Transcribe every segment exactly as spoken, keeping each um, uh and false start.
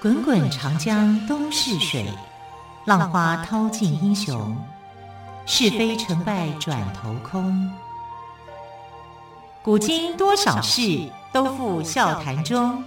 滚滚长江东逝水，浪花淘尽英雄。是非成败转头空。古今多少事，都付笑谈中。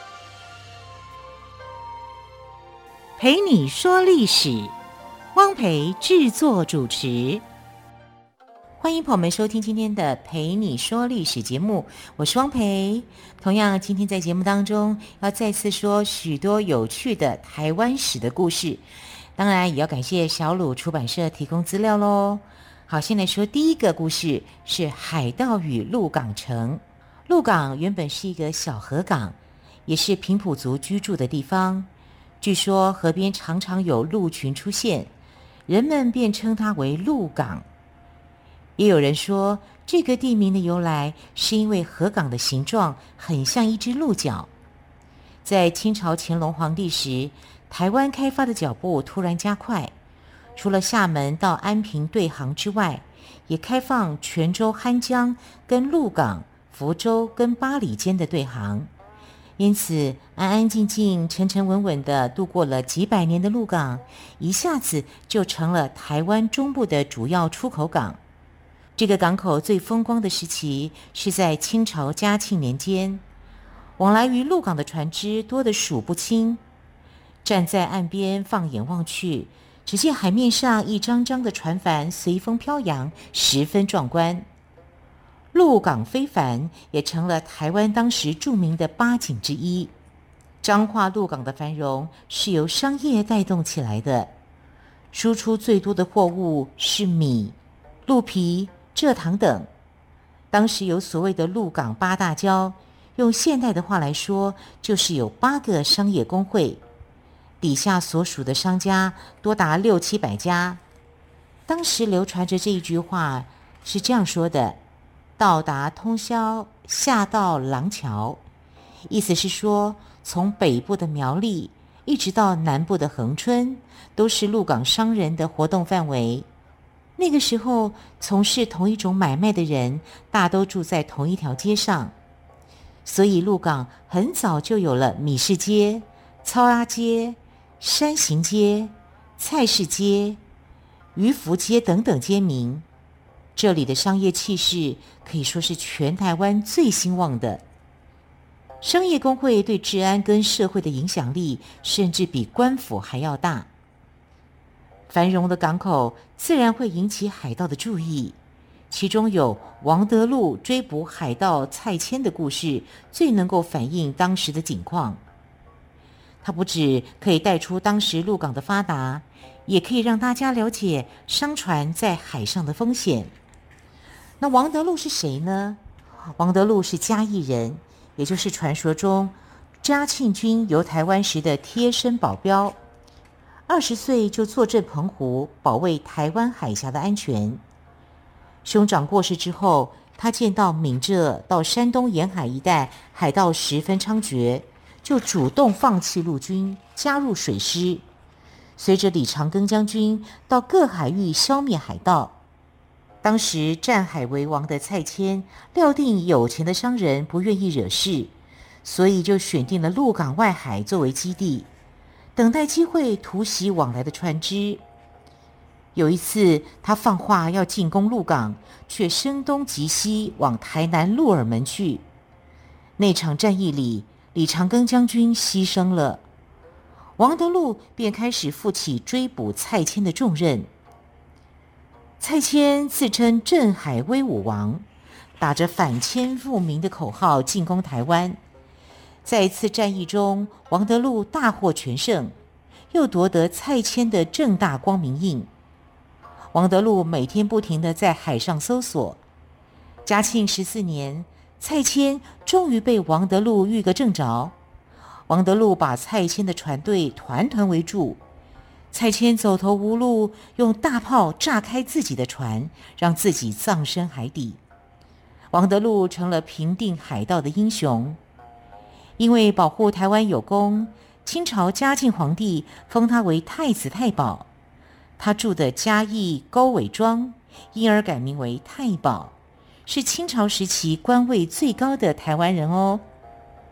陪你说历史，汪培制作主持。欢迎朋友们收听今天的陪你说历史节目，我是汪培。同样今天在节目当中要再次说许多有趣的台湾史的故事，当然也要感谢小鲁出版社提供资料咯。好，先来说第一个故事，是海盗与鹿港城。鹿港原本是一个小河港，也是平埔族居住的地方，据说河边常常有鹿群出现，人们便称它为鹿港。也有人说，这个地名的由来是因为河港的形状很像一只鹿角。在清朝乾隆皇帝时，台湾开发的脚步突然加快，除了厦门到安平对航之外，也开放泉州酣江跟鹿港、福州跟八里间的对航。因此安安静静沉沉稳稳地度过了几百年的鹿港，一下子就成了台湾中部的主要出口港。这个港口最风光的时期是在清朝嘉庆年间，往来于鹿港的船只多得数不清。站在岸边放眼望去，只见海面上一张张的船帆随风飘扬，十分壮观。鹿港非凡也成了台湾当时著名的八景之一。彰化鹿港的繁荣是由商业带动起来的，输出最多的货物是米、鹿皮、蔗糖等。当时有所谓的鹿港八大交，用现代的话来说，就是有八个商业工会，底下所属的商家多达六七百家。当时流传着这一句话，是这样说的：到达通宵，下到廊桥。意思是说，从北部的苗栗一直到南部的恒春，都是鹿港商人的活动范围。那个时候，从事同一种买卖的人大都住在同一条街上，所以鹿港很早就有了米市街、草鸭街、山行街、菜市街、渔福街等等街名。这里的商业气势可以说是全台湾最兴旺的。商业工会对治安跟社会的影响力，甚至比官府还要大。繁荣的港口自然会引起海盗的注意，其中有王德禄追捕海盗蔡牵的故事，最能够反映当时的景况。它不只可以带出当时鹿港的发达，也可以让大家了解商船在海上的风险。那王德禄是谁呢？王德禄是嘉义人，也就是传说中嘉庆君游台湾时的贴身保镖。二十岁就坐镇澎湖，保卫台湾海峡的安全。兄长过世之后，他见到闽浙到山东沿海一带海盗十分猖獗，就主动放弃陆军，加入水师，随着李长庚将军到各海域消灭海盗。当时占海为王的蔡牵料定有钱的商人不愿意惹事，所以就选定了鹿港外海作为基地，等待机会突袭往来的船只。有一次他放话要进攻鹿港，却声东击西往台南鹿耳门去。那场战役里，李长庚将军牺牲了，王德禄便开始负起追捕蔡牵的重任。蔡牵自称镇海威武王，打着反清复明的口号进攻台湾。在一次战役中，王德禄大获全胜，又夺得蔡牵的正大光明印。王德禄每天不停地在海上搜索。嘉庆十四年，蔡牵终于被王德禄遇个正着。王德禄把蔡牵的船队团团围住，蔡牵走投无路，用大炮炸开自己的船，让自己葬身海底。王德禄成了平定海盗的英雄。因为保护台湾有功，清朝嘉靖皇帝封他为太子太保。他住的嘉义沟尾庄，因而改名为太保，是清朝时期官位最高的台湾人哦。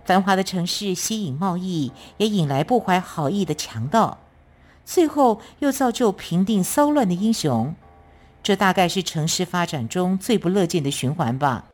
繁华的城市吸引贸易，也引来不怀好意的强盗，最后又造就平定骚乱的英雄。这大概是城市发展中最不乐见的循环吧。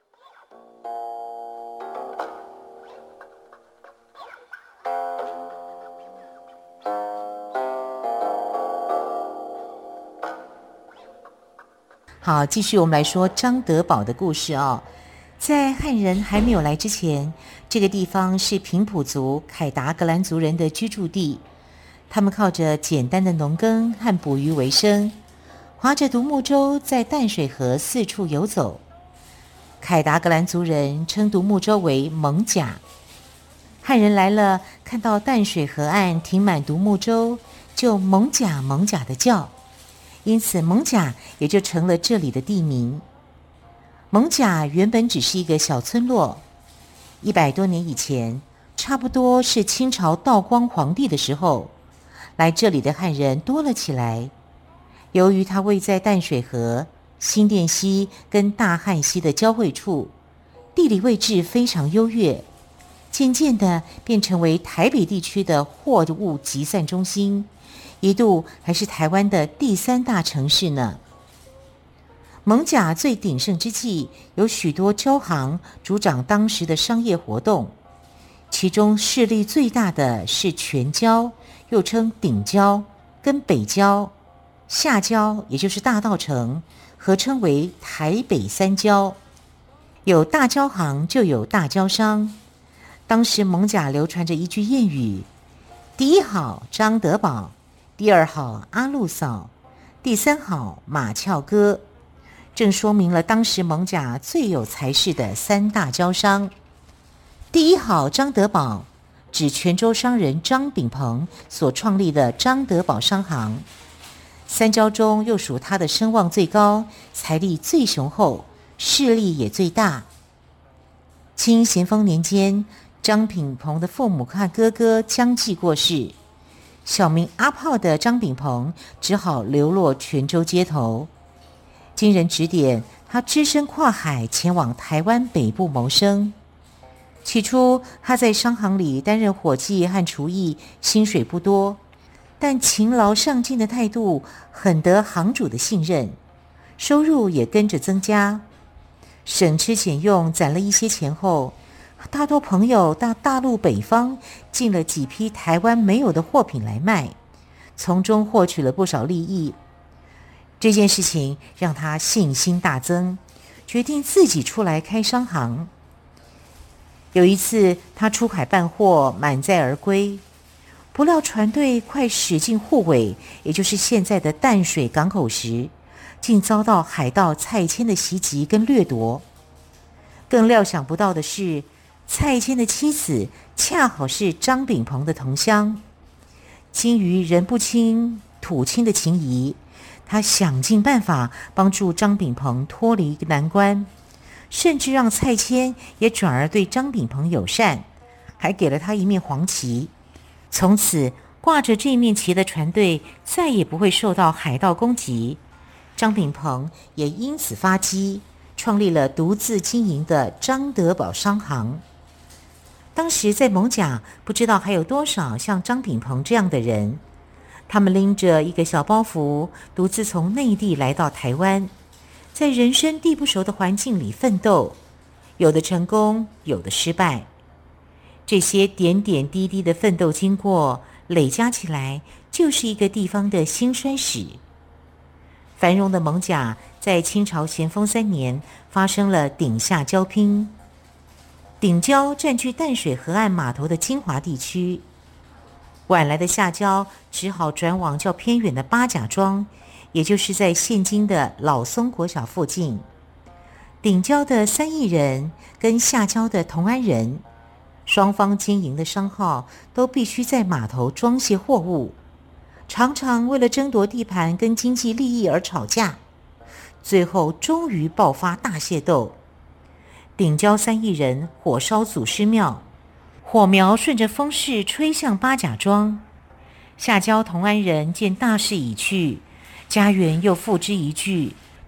好，继续我们来说张德宝的故事哦。在汉人还没有来之前，这个地方是平埔族凯达格兰族人的居住地，他们靠着简单的农耕和捕鱼为生，划着独木舟在淡水河四处游走。凯达格兰族人称独木舟为蒙甲。汉人来了，看到淡水河岸停满独木舟，就蒙甲蒙甲的叫，因此蒙甲也就成了这里的地名。蒙甲原本只是一个小村落，一百多年以前，差不多是清朝道光皇帝的时候，来这里的汉人多了起来。由于它位在淡水河、新店溪跟大汉溪的交汇处，地理位置非常优越，渐渐的便成为台北地区的货物集散中心，一度还是台湾的第三大城市呢。蒙甲最鼎盛之际，有许多交行主掌当时的商业活动，其中势力最大的是全交，又称顶交，跟北交、下交，也就是大稻埕，合称为台北三交。有大交行，就有大交商。当时蒙甲流传着一句谚语：第一好张德宝，第二好阿禄嫂，第三好马俏哥，正说明了当时蒙甲最有才势的三大交商。第一好张德宝指泉州商人张炳鹏所创立的张德宝商行，三交中又属他的声望最高，财力最雄厚，势力也最大。清咸丰年间，张炳鹏的父母和哥哥相继过世，小名阿炮的张炳鹏只好流落泉州街头。经人指点，他只身跨海前往台湾北部谋生。起初他在商行里担任伙计和厨艺，薪水不多，但勤劳上进的态度很得行主的信任，收入也跟着增加。省吃俭用攒了一些钱后，大多朋友到大陆北方进了几批台湾没有的货品来卖，从中获取了不少利益。这件事情让他信心大增，决定自己出来开商行。有一次他出海办货，满载而归，不料船队快驶进沪尾，也就是现在的淡水港口时，竟遭到海盗蔡牵的袭击跟掠夺。更料想不到的是，蔡牵的妻子恰好是张炳鹏的同乡。基于人不亲土亲的情谊，他想尽办法帮助张炳鹏脱离难关，甚至让蔡牵也转而对张炳鹏友善，还给了他一面黄旗。从此挂着这面旗的船队再也不会受到海盗攻击。张炳鹏也因此发迹，创立了独自经营的张德宝商行。当时在蒙甲，不知道还有多少像张炳鹏这样的人，他们拎着一个小包袱，独自从内地来到台湾，在人生地不熟的环境里奋斗，有的成功，有的失败。这些点点滴滴的奋斗经过累加起来，就是一个地方的兴衰史。繁荣的蒙甲在清朝咸丰三年发生了顶下交拼，顶交占据淡水河岸码头的精华地区，晚来的下交只好转往较偏远的八甲庄，也就是在现今的老松国小附近。顶交的三义人跟下交的同安人，双方经营的商号都必须在码头装卸货物，常常为了争夺地盘跟经济利益而吵架，最后终于爆发大械斗。顶交三义人火烧祖师庙，火苗顺着风势吹向八甲庄。下交同安人见大势已去，家园又付之一炬，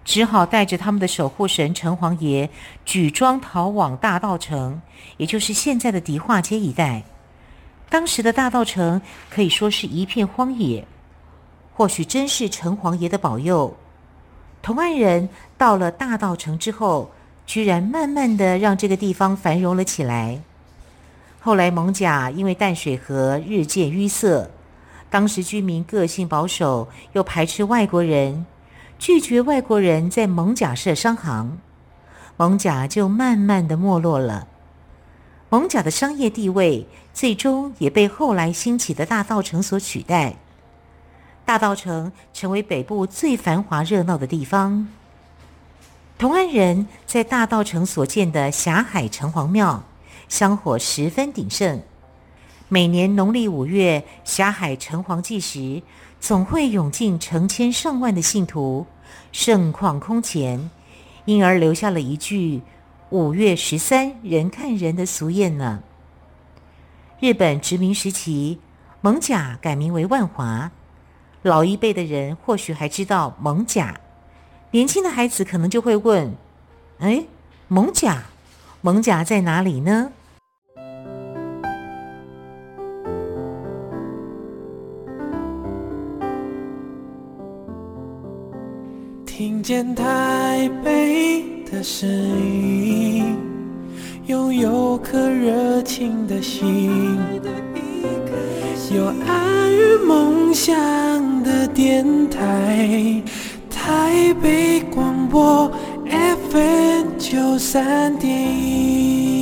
只好带着他们的守护神城隍爷举庄逃往大稻埕，也就是现在的迪化街一带。当时的大稻埕可以说是一片荒野，或许真是城隍爷的保佑，同安人到了大稻埕之后，居然慢慢的让这个地方繁荣了起来。后来艋舺因为淡水河日渐淤塞，当时居民个性保守，又排斥外国人，拒绝外国人在艋舺设商行，艋舺就慢慢的没落了。艋舺的商业地位最终也被后来兴起的大稻埕所取代，大稻埕成为北部最繁华热闹的地方。同安人在大稻埕所建的霞海城隍庙香火十分鼎盛，每年农历五月霞海城隍祭时，总会涌进成千上万的信徒，盛况空前，因而留下了一句五月十三人看人的俗谚呢。日本殖民时期，艋舺改名为万华，老一辈的人或许还知道艋舺，年轻的孩子可能就会问，哎，艋舺艋舺在哪里呢？ 听见台北的声音，拥有颗热情的心，有爱与梦想的电台，台北广播 F M 九三点一。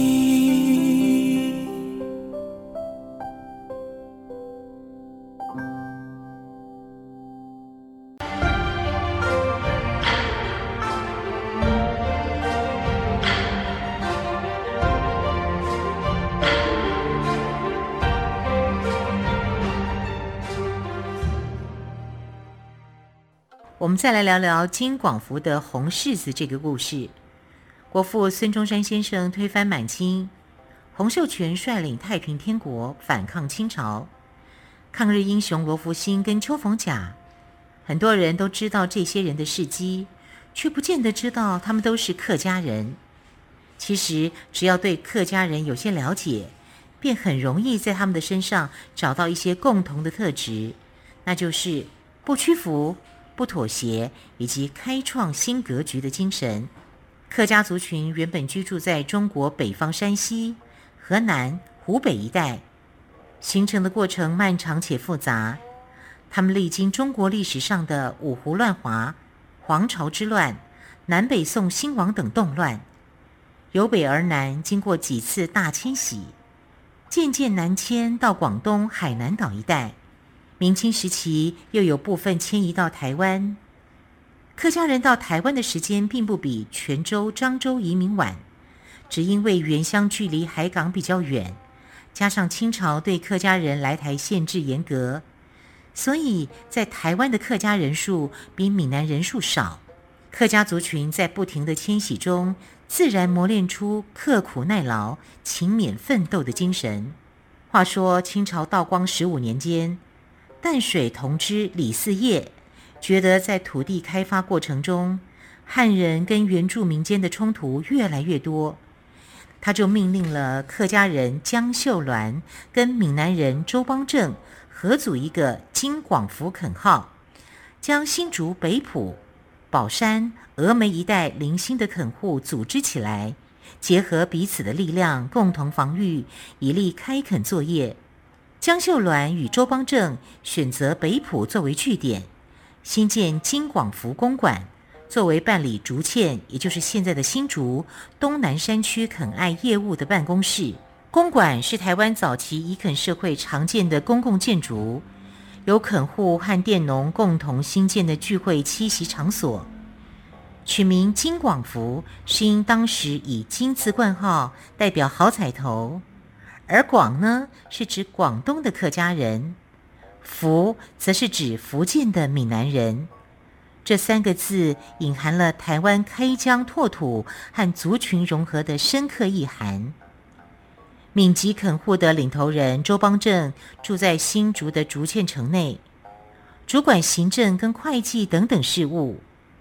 我们再来聊聊金广福的红柿子这个故事。国父孙中山先生推翻满清，洪秀全率领太平天国反抗清朝，抗日英雄罗福兴跟邱逢甲，很多人都知道这些人的事迹，却不见得知道他们都是客家人。其实只要对客家人有些了解，便很容易在他们的身上找到一些共同的特质，那就是不屈服、不妥协以及开创新格局的精神。客家族群原本居住在中国北方山西、河南、湖北一带，形成的过程漫长且复杂。他们历经中国历史上的五胡乱华、黄巢之乱、南北宋兴亡等动乱，由北而南经过几次大迁徙，渐渐南迁到广东海南岛一带。明清时期又有部分迁移到台湾。客家人到台湾的时间并不比泉州、漳州移民晚，只因为原乡距离海港比较远，加上清朝对客家人来台限制严格，所以在台湾的客家人数比闽南人数少。客家族群在不停的迁徙中，自然磨练出刻苦耐劳、勤勉奋斗的精神。话说清朝道光十五年间，淡水同知李嗣业觉得在土地开发过程中，汉人跟原住民间的冲突越来越多，他就命令了客家人江秀鸾跟闽南人周邦正合组一个金广福垦号，将新竹、北埔、宝山、峨眉一带零星的垦户组织起来，结合彼此的力量，共同防御，以利开垦作业。江秀鸾与周邦正选择北埔作为据点，新建金广福公馆，作为办理竹堑，也就是现在的新竹东南山区垦爱业务的办公室。公馆是台湾早期移垦社会常见的公共建筑，由垦户和佃农共同兴建的聚会栖息场所。取名金广福，是因当时以金字冠号，代表好彩头。而广呢，是指广东的客家人，福则是指福建的闽南人。这三个字隐含了台湾开疆拓土和族群融合的深刻意涵。闽籍垦户的领头人周邦正住在新竹的竹堑城内，主管行政跟会计等等事务。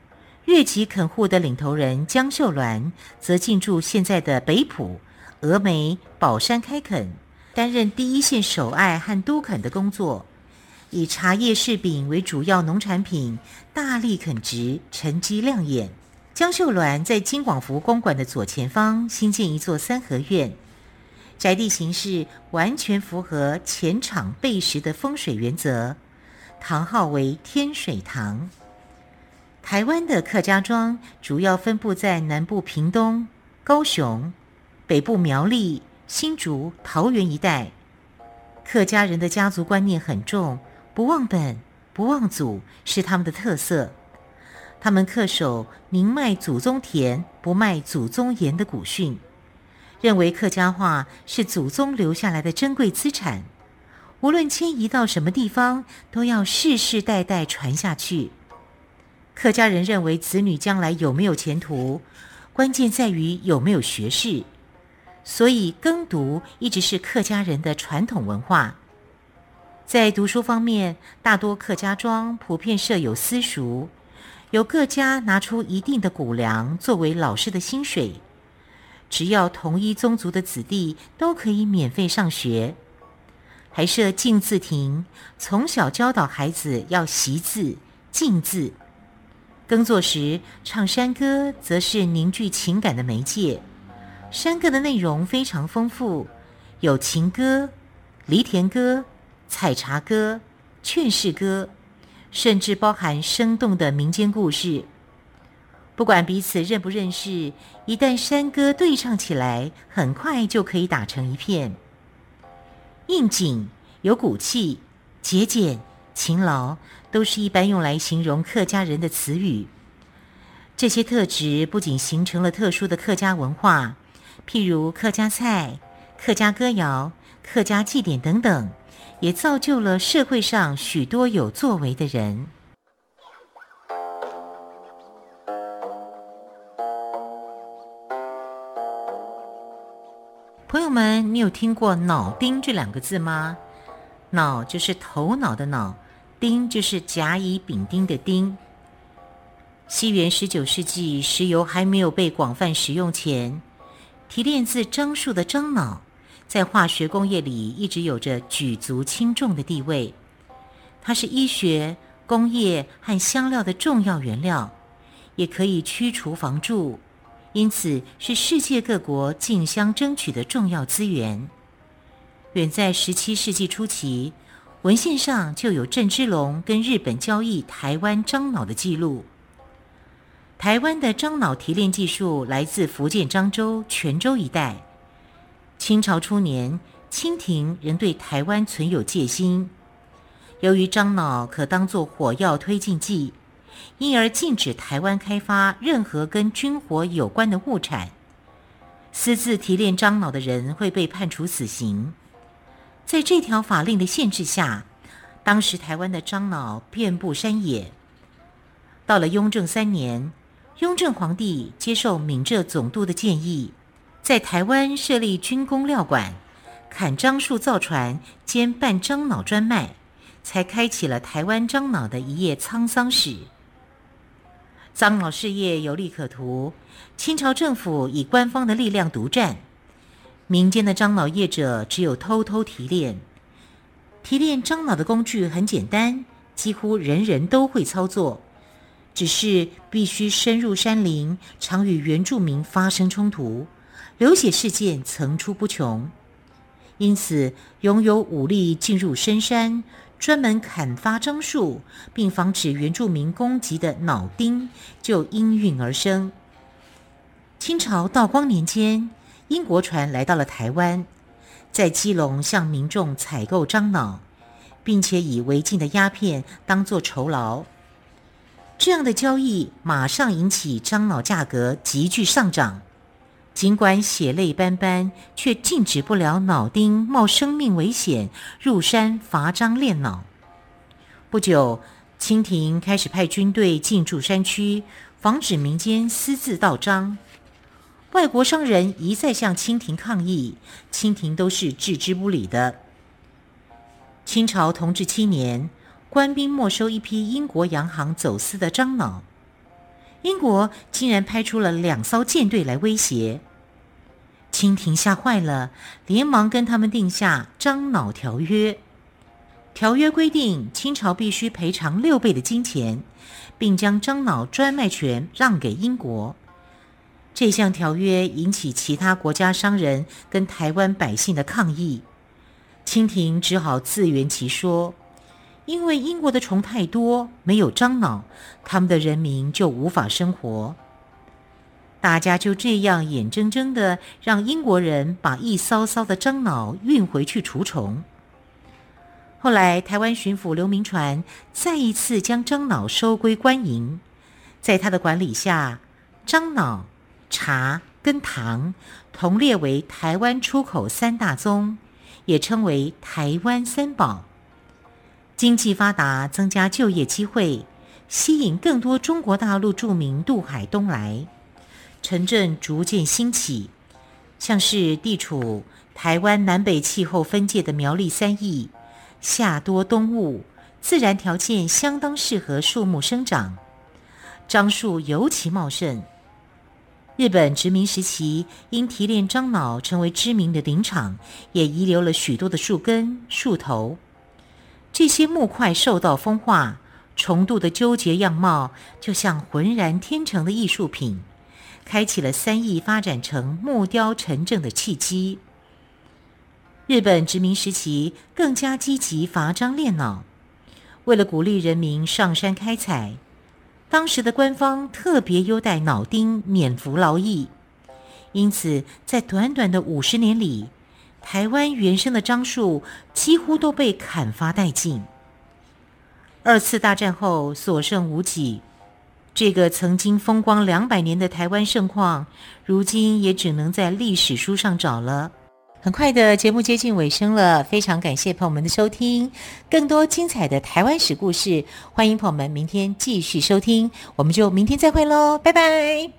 越级垦户的领头人江秀鸾则进驻现在的北埔、峨眉、宝山开垦，担任第一线手爱和督垦的工作，以茶叶、柿饼为主要农产品，大力垦殖，成绩亮眼。江秀鸾在金广福公馆的左前方新建一座三合院，宅地形式完全符合前场背石的风水原则，堂号为天水堂。台湾的客家庄主要分布在南部屏东、高雄，北部苗栗、新竹、桃园一带。客家人的家族观念很重，不忘本、不忘祖是他们的特色。他们恪守宁卖祖宗田，不卖祖宗盐的古训，认为客家话是祖宗留下来的珍贵资产，无论迁移到什么地方，都要世世代代传下去。客家人认为子女将来有没有前途，关键在于有没有学识，所以耕读一直是客家人的传统文化。在读书方面，大多客家庄普遍设有私塾，由各家拿出一定的谷粮作为老师的薪水，只要同一宗族的子弟都可以免费上学。还设敬字亭，从小教导孩子要习字、敬字。耕作时唱山歌，则是凝聚情感的媒介。山歌的内容非常丰富，有情歌、犁田歌、采茶歌、劝世歌，甚至包含生动的民间故事。不管彼此认不认识，一旦山歌对唱起来，很快就可以打成一片。应景、有骨气、节俭、勤劳，都是一般用来形容客家人的词语。这些特质不仅形成了特殊的客家文化，譬如客家菜、客家歌谣、客家祭典等等，也造就了社会上许多有作为的人。朋友们，你有听过脑丁这两个字吗？脑就是头脑的脑，丁就是甲乙丙丁的丁。西元十九世纪，石油还没有被广泛使用前，提炼自樟树的樟脑在化学工业里一直有着举足轻重的地位。它是医学、工业和香料的重要原料，也可以驱除防蛀，因此是世界各国竞相争取的重要资源。远在十七世纪初期，文献上就有郑芝龙跟日本交易台湾樟脑的记录。台湾的樟脑提炼技术来自福建漳州、泉州一带。清朝初年，清廷仍对台湾存有戒心，由于樟脑可当作火药推进剂，因而禁止台湾开发任何跟军火有关的物产。私自提炼樟脑的人会被判处死刑。在这条法令的限制下，当时台湾的樟脑遍布山野。到了雍正三年，雍正皇帝接受闽浙总督的建议，在台湾设立军工料馆，砍樟树造船，兼办樟脑专卖，才开启了台湾樟脑的一页沧桑史。樟脑事业有利可图，清朝政府以官方的力量独占，民间的樟脑业者只有偷偷提炼。提炼樟脑的工具很简单，几乎人人都会操作，只是必须深入山林，常与原住民发生冲突，流血事件层出不穷。因此，拥有武力进入深山，专门砍伐樟树，并防止原住民攻击的脑丁就应运而生。清朝道光年间，英国船来到了台湾，在基隆向民众采购樟脑，并且以违禁的鸦片当作酬劳。这样的交易马上引起樟脑价格急剧上涨，尽管血泪斑斑，却禁止不了脑丁冒生命危险入山伐樟炼脑。不久，清廷开始派军队进驻山区，防止民间私自盗樟。外国商人一再向清廷抗议，清廷都是置之不理的。清朝同治七年，官兵没收一批英国洋行走私的樟脑。 英国竟然派出了两艘舰队来威胁。清廷吓坏了，连忙跟他们定下樟脑条约。条约规定，清朝必须赔偿六倍的金钱，并将樟脑专卖权让给英国。这项条约引起其他国家商人跟台湾百姓的抗议，清廷只好自圆其说，因为英国的虫太多，没有樟脑，他们的人民就无法生活。大家就这样眼睁睁地让英国人把一艘艘的樟脑运回去除虫。后来台湾巡抚刘铭传再一次将樟脑收归官营，在他的管理下，樟脑、茶跟糖同列为台湾出口三大宗，也称为台湾三宝。经济发达，增加就业机会，吸引更多中国大陆住民渡海东来，城镇逐渐兴起，像是地处台湾南北气候分界的苗栗三义，夏多冬雾，自然条件相当适合树木生长，樟树尤其茂盛。日本殖民时期因提炼樟脑成为知名的林场，也遗留了许多的树根、树头。这些木块受到风化，重度的纠结样貌就像浑然天成的艺术品，开启了三义发展成木雕城镇的契机。日本殖民时期更加积极伐樟炼脑，为了鼓励人民上山开采，当时的官方特别优待脑丁免服劳役，因此在短短的五十年里，台湾原生的樟树几乎都被砍伐殆尽。二次大战后所剩无几，这个曾经风光两百年的台湾盛况，如今也只能在历史书上找了。很快的节目接近尾声了，非常感谢朋友们的收听，更多精彩的台湾史故事，欢迎朋友们明天继续收听，我们就明天再会咯，拜拜。